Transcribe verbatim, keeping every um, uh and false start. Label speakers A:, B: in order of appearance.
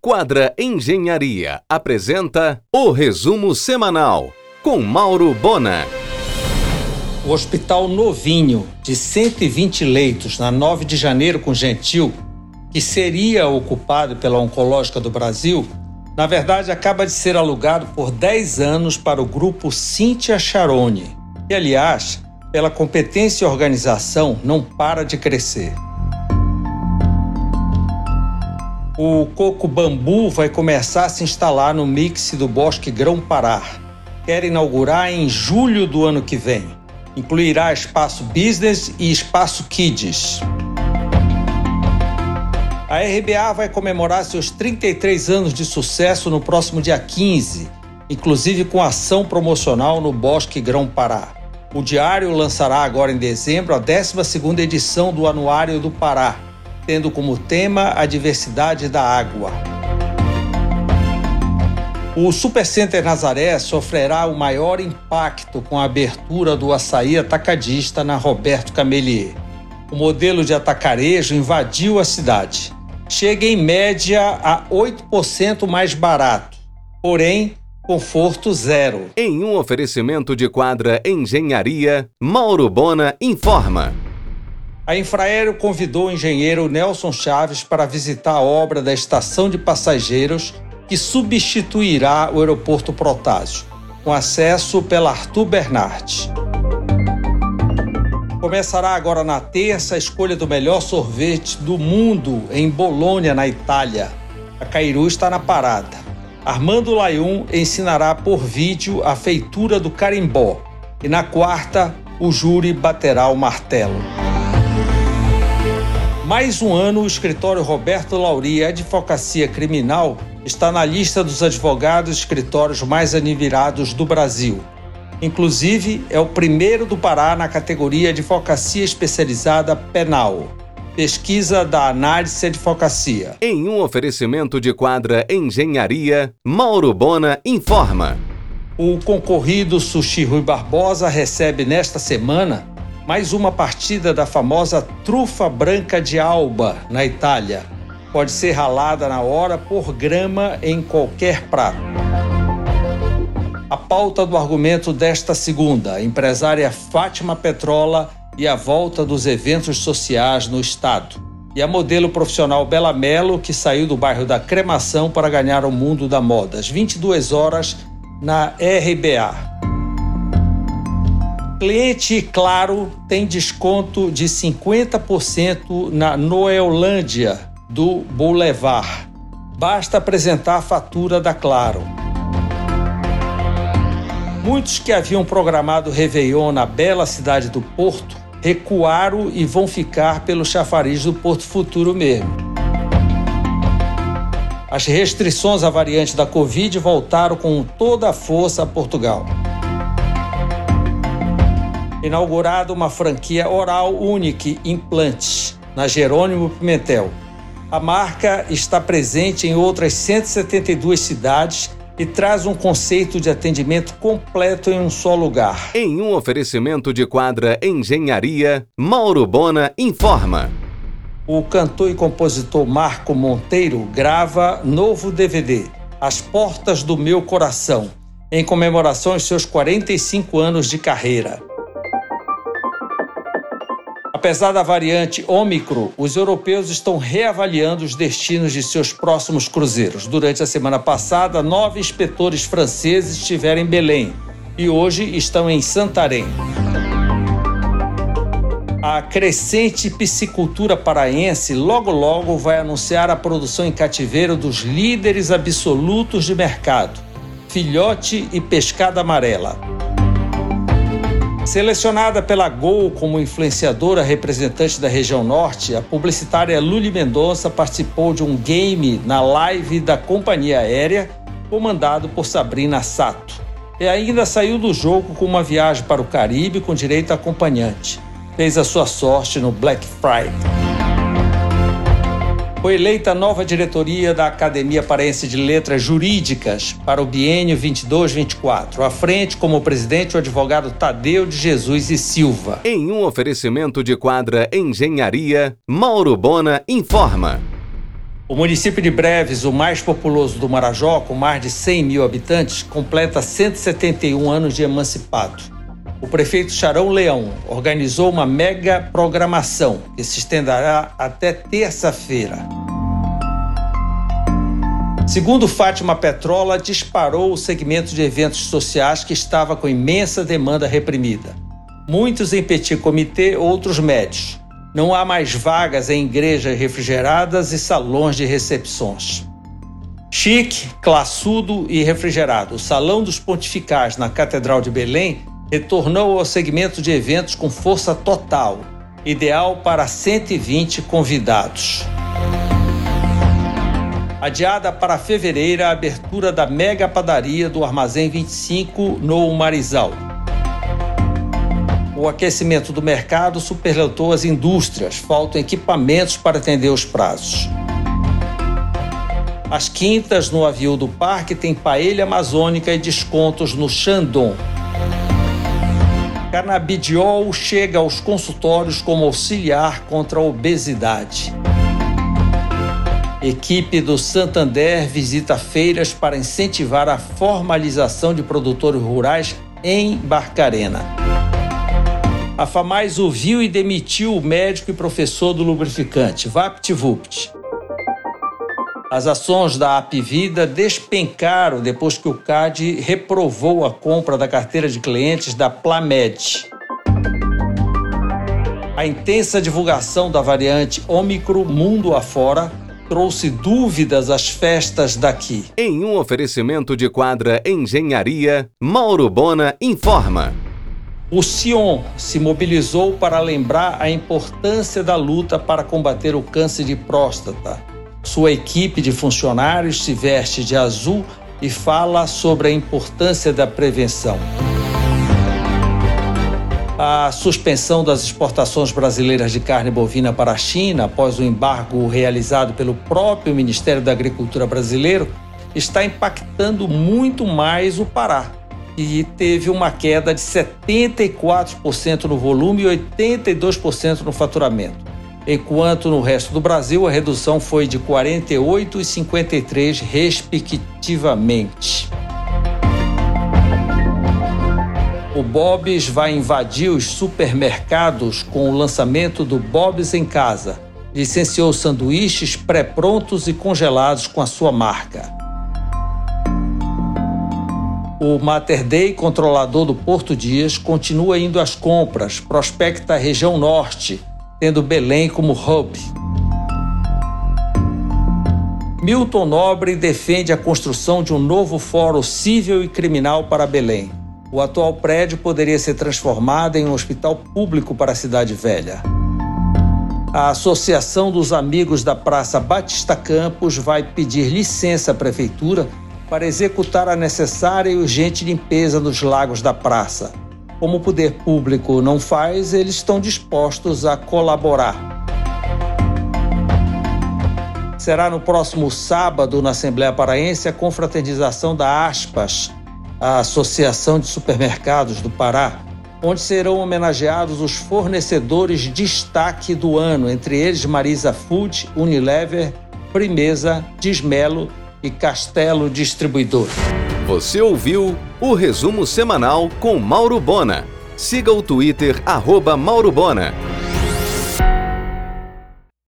A: Quadra Engenharia apresenta o resumo semanal com Mauro Bona.
B: O Hospital Novinho, de cento e vinte leitos, na nove de janeiro com Gentil, que seria ocupado pela Oncológica do Brasil, na verdade acaba de ser alugado por dez anos para o grupo Cynthia Charone, que, aliás, pela competência e organização, não para de crescer. O Coco Bambu vai começar a se instalar no mix do Bosque Grão-Pará. Quer inaugurar em julho do ano que vem. Incluirá espaço business e espaço kids. A R B A vai comemorar seus trinta e três anos de sucesso no próximo dia quinze, inclusive com ação promocional no Bosque Grão-Pará. O Diário lançará agora em dezembro a décima segunda edição do Anuário do Pará, tendo como tema a diversidade da água. O Supercenter Nazaré sofrerá o maior impacto com a abertura do açaí atacadista na Roberto Camelier. O modelo de atacarejo invadiu a cidade. Chega em média a oito por cento mais barato, porém, conforto zero.
A: Em um oferecimento de Quadra Engenharia, Mauro Bona informa.
B: A Infraero convidou o engenheiro Nelson Chaves para visitar a obra da estação de passageiros que substituirá o aeroporto Protásio, com acesso pela Arthur Bernardi. Começará agora na terça a escolha do melhor sorvete do mundo em Bolônia, na Itália. A Cairu está na parada. Armando Layun ensinará por vídeo a feitura do carimbó. E na quarta, o júri baterá o martelo. Mais um ano, o escritório Roberto Lauri Advocacia Criminal está na lista dos advogados e escritórios mais admirados do Brasil. Inclusive, é o primeiro do Pará na categoria Advocacia Especializada Penal. Pesquisa da Análise Advocacia.
A: Em um oferecimento de Quadra Engenharia, Mauro Bona informa.
B: O concorrido Sushi Rui Barbosa recebe nesta semana mais uma partida da famosa trufa branca de Alba, na Itália. Pode ser ralada na hora por grama em qualquer prato. A pauta do argumento desta segunda, a empresária Fátima Petrola e a volta dos eventos sociais no estado. E a modelo profissional Bela Mello, que saiu do bairro da Cremação para ganhar o mundo da moda. Às vinte e duas horas, na R B A. Cliente Claro tem desconto de cinquenta por cento na Noelândia do Boulevard. Basta apresentar a fatura da Claro. Muitos que haviam programado o Réveillon na bela cidade do Porto recuaram e vão ficar pelo chafariz do Porto Futuro mesmo. As restrições à variante da Covid voltaram com toda a força a Portugal. Inaugurada uma franquia Oral Unique Implantes, na Jerônimo Pimentel. A marca está presente em outras cento e setenta e duas cidades e traz um conceito de atendimento completo em um só lugar.
A: Em um oferecimento de Quadra Engenharia, Mauro Bona informa.
B: O cantor e compositor Marco Monteiro grava novo D V D, As Portas do Meu Coração, em comemoração aos seus quarenta e cinco anos de carreira. Apesar da variante Ômicron, os europeus estão reavaliando os destinos de seus próximos cruzeiros. Durante a semana passada, nove inspetores franceses estiveram em Belém e hoje estão em Santarém. A crescente piscicultura paraense logo logo vai anunciar a produção em cativeiro dos líderes absolutos de mercado, filhote e pescada amarela. Selecionada pela Gol como influenciadora representante da região norte, a publicitária Luli Mendonça participou de um game na live da companhia aérea, comandado por Sabrina Sato. E ainda saiu do jogo com uma viagem para o Caribe com direito a acompanhante. Fez a sua sorte no Black Friday. Foi eleita a nova diretoria da Academia Paraense de Letras Jurídicas para o biênio vinte e dois vinte e quatro. À frente, como presidente, o advogado Tadeu de Jesus e Silva.
A: Em um oferecimento de Quadra Engenharia, Mauro Bona informa.
B: O município de Breves, o mais populoso do Marajó, com mais de cem mil habitantes, completa cento e setenta e um anos de emancipado. O prefeito Charão Leão organizou uma mega programação que se estenderá até terça-feira. Segundo Fátima Petrola, disparou o segmento de eventos sociais que estava com imensa demanda reprimida. Muitos em petit comité, outros médios. Não há mais vagas em igrejas refrigeradas e salões de recepções. Chique, classudo e refrigerado, o Salão dos Pontificais na Catedral de Belém retornou ao segmento de eventos com força total, ideal para cento e vinte convidados. Adiada para fevereiro a abertura da mega padaria do Armazém vinte e cinco no Marizal. O aquecimento do mercado superlotou as indústrias, faltam equipamentos para atender os prazos. As quintas no avião do parque têm paella amazônica e descontos no Xandão. Canabidiol chega aos consultórios como auxiliar contra a obesidade. Equipe do Santander visita feiras para incentivar a formalização de produtores rurais em Barcarena. A FAMAIS ouviu e demitiu o médico e professor do lubrificante, VaptVupt. As ações da Apvida despencaram depois que o C A D reprovou a compra da carteira de clientes da Plamed. A intensa divulgação da variante Ômicron mundo afora trouxe dúvidas às festas daqui.
A: Em um oferecimento de Quadra Engenharia, Mauro Bona informa.
B: O Sion se mobilizou para lembrar a importância da luta para combater o câncer de próstata. Sua equipe de funcionários se veste de azul e fala sobre a importância da prevenção. A suspensão das exportações brasileiras de carne bovina para a China, após o embargo realizado pelo próprio Ministério da Agricultura brasileiro, está impactando muito mais o Pará, e teve uma queda de setenta e quatro por cento no volume e oitenta e dois por cento no faturamento, enquanto no resto do Brasil a redução foi de quarenta e oito por cento e cinquenta e três por cento, respectivamente. O Bob's vai invadir os supermercados com o lançamento do Bob's em Casa. Licenciou sanduíches pré-prontos e congelados com a sua marca. O Mater Dei, controlador do Porto Dias, continua indo às compras, prospecta a região norte, tendo Belém como hub. Milton Nobre defende a construção de um novo fórum civil e criminal para Belém. O atual prédio poderia ser transformado em um hospital público para a Cidade Velha. A Associação dos Amigos da Praça Batista Campos vai pedir licença à Prefeitura para executar a necessária e urgente limpeza nos lagos da praça. Como o poder público não faz, eles estão dispostos a colaborar. Será no próximo sábado, na Assembleia Paraense, a confraternização da ASPAS, a Associação de Supermercados do Pará, onde serão homenageados os fornecedores de destaque do ano, entre eles Marisa Food, Unilever, Primeza, Dismelo e Castelo Distribuidor.
A: Você ouviu o resumo semanal com Mauro Bona. Siga o Twitter arroba Mauro Bona.